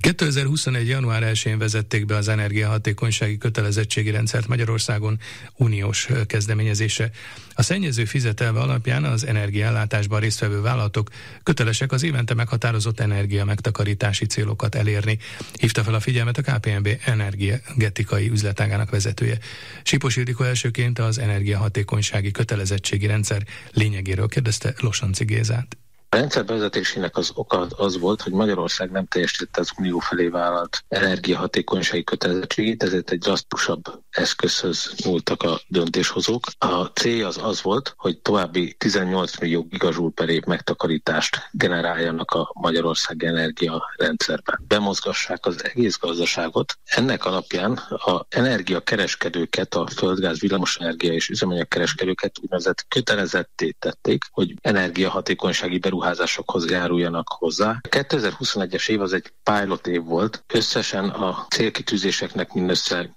2021. január 1-én vezették be az energiahatékonysági kötelezettségi rendszert Magyarországon, uniós kezdeményezése. A szennyező fizet elve alapján az energiaellátásban résztvevő vállalatok kötelesek az évente meghatározott energia megtakarítási célokat elérni. Hívta fel a figyelmet a KPMG energetikai üzletágának vezetője. Sipos Ildikó elsőként az energiahatékonysági kötelezettségi rendszer lényegéről kérdezte Losonczy Gézát. A rendszer bevezetésének az oka az volt, hogy Magyarország nem teljesítette az unió felé vállalt energiahatékonysági kötelezettségét, ezért egy drasztikusabb eszközhöz nyúltak a döntéshozók. A célja az volt, hogy további 18 millió gigajoule per év megtakarítást generáljanak a magyarországi energiarendszerben. Bemozgassák az egész gazdaságot. Ennek alapján a energiakereskedőket, a földgáz, villamosenergia és üzemanyagkereskedőket úgynevezett kötelezetté tették, hogy energiahatékonysági beruházásokhoz járuljanak hozzá. A 2021-es év az egy pilot év volt. Összesen a célkitűzéseknek mindössze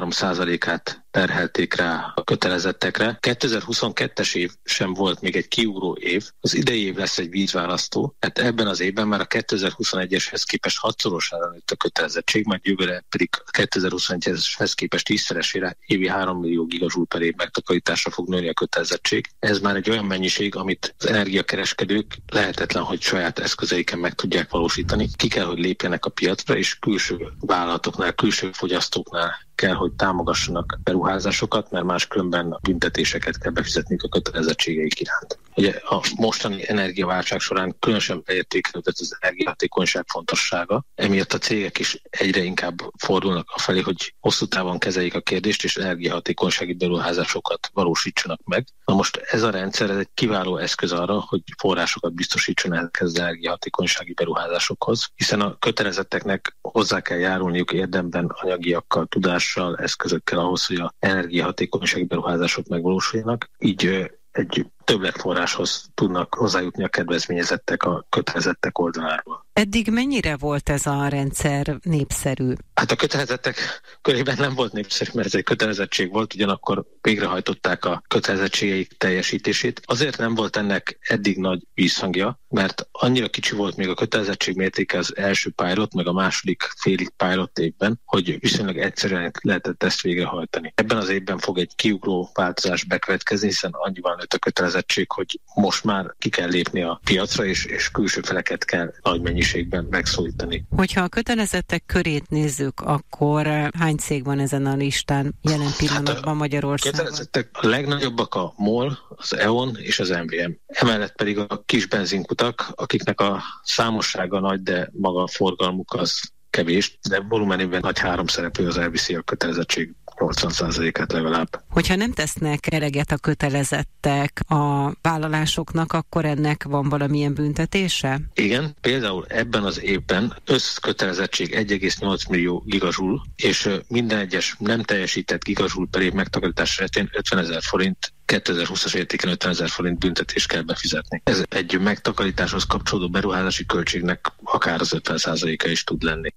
3%-át terhelték rá a kötelezettekre. 2022-es év sem volt még egy kiugró év. Az idei év lesz egy vízválasztó. Hát ebben az évben már a 2021-eshez képest 6-szorosára nőtt a kötelezettség, majd jövőre pedig a 2021-eshez képest 10-szeresére évi 3 millió gigajoule per év megtakarításra fog nőni a kötelezettség. Ez már egy olyan mennyiség, amit az energiakereskedők lehetetlen, hogy saját eszközeiken meg tudják valósítani. Ki kell, hogy lépjenek a piacra, és külső vállalatoknál, külső fogyasztóknál kell, hogy támogassanak beruházásokat, mert máskülönben büntetéseket kell befizetni a kötelezettségeik iránt. Ugye a mostani energiaválság során különösen beértékelődött az energiahatékonyság fontossága, emiatt a cégek is egyre inkább fordulnak afelé, hogy hosszú távon kezeljék a kérdést, és energiahatékonysági beruházásokat valósítsanak meg. Na most ez a rendszer ez egy kiváló eszköz arra, hogy forrásokat biztosítson ezekhez az energiahatékonysági beruházásokhoz, hiszen a kötelezetteknek hozzá kell járulniuk érdemben anyagiakkal, tudással, eszközökkel ahhoz, hogy az energiahatékonysági beruházások megvalósuljanak. Így egy többletforráshoz tudnak hozzájutni a kedvezményezettek a kötelezettek oldaláról. Eddig mennyire volt ez a rendszer népszerű? Hát a kötelezettek körében nem volt népszerű, mert ez egy kötelezettség volt, ugyanakkor végrehajtották a kötelezettségeik teljesítését. Azért nem volt ennek eddig nagy vízhangja, mert annyira kicsi volt még a kötelezettség mértéke az első pilot, meg a második félig pilot évben, hogy viszonylag egyszerűen lehetett ezt végrehajtani. Ebben az évben fog egy kiugró változás bekövetkezni, hiszen annyival nőtt a kötelezettség, hogy most már ki kell lépni a piacra, és külső feleket kell nagy mennyiségben megszólítani. Hogyha a kötelezettek körét nézzük, akkor hány cég van ezen a listán jelen pillanatban Magyarországon? A kötelezettek a legnagyobbak a MOL, az E.ON és az MVM. Emellett pedig a kis benzinkutak, akiknek a számossága nagy, de maga a forgalmuk az kevés, de volumenében nagy 3 szereplő az elviszi a kötelezettség 80%-át legalább. Hogyha nem tesznek eleget a kötelezettek a vállalásoknak, akkor ennek van valamilyen büntetése? Igen, például ebben az évben összkötelezettség 1,8 millió gigajoule, és minden egyes nem teljesített gigajoule per év megtakarítás esetén 50 000 forint 2020-as értéken 50 000 forint büntetést kell befizetni. Ez egy megtakarításhoz kapcsolódó beruházási költségnek akár az 50%-a is tud lenni.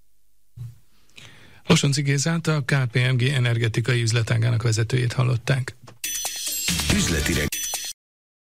Losonczy Gézát, a KPMG energetikai üzletágának vezetőjét hallották. Üzletileg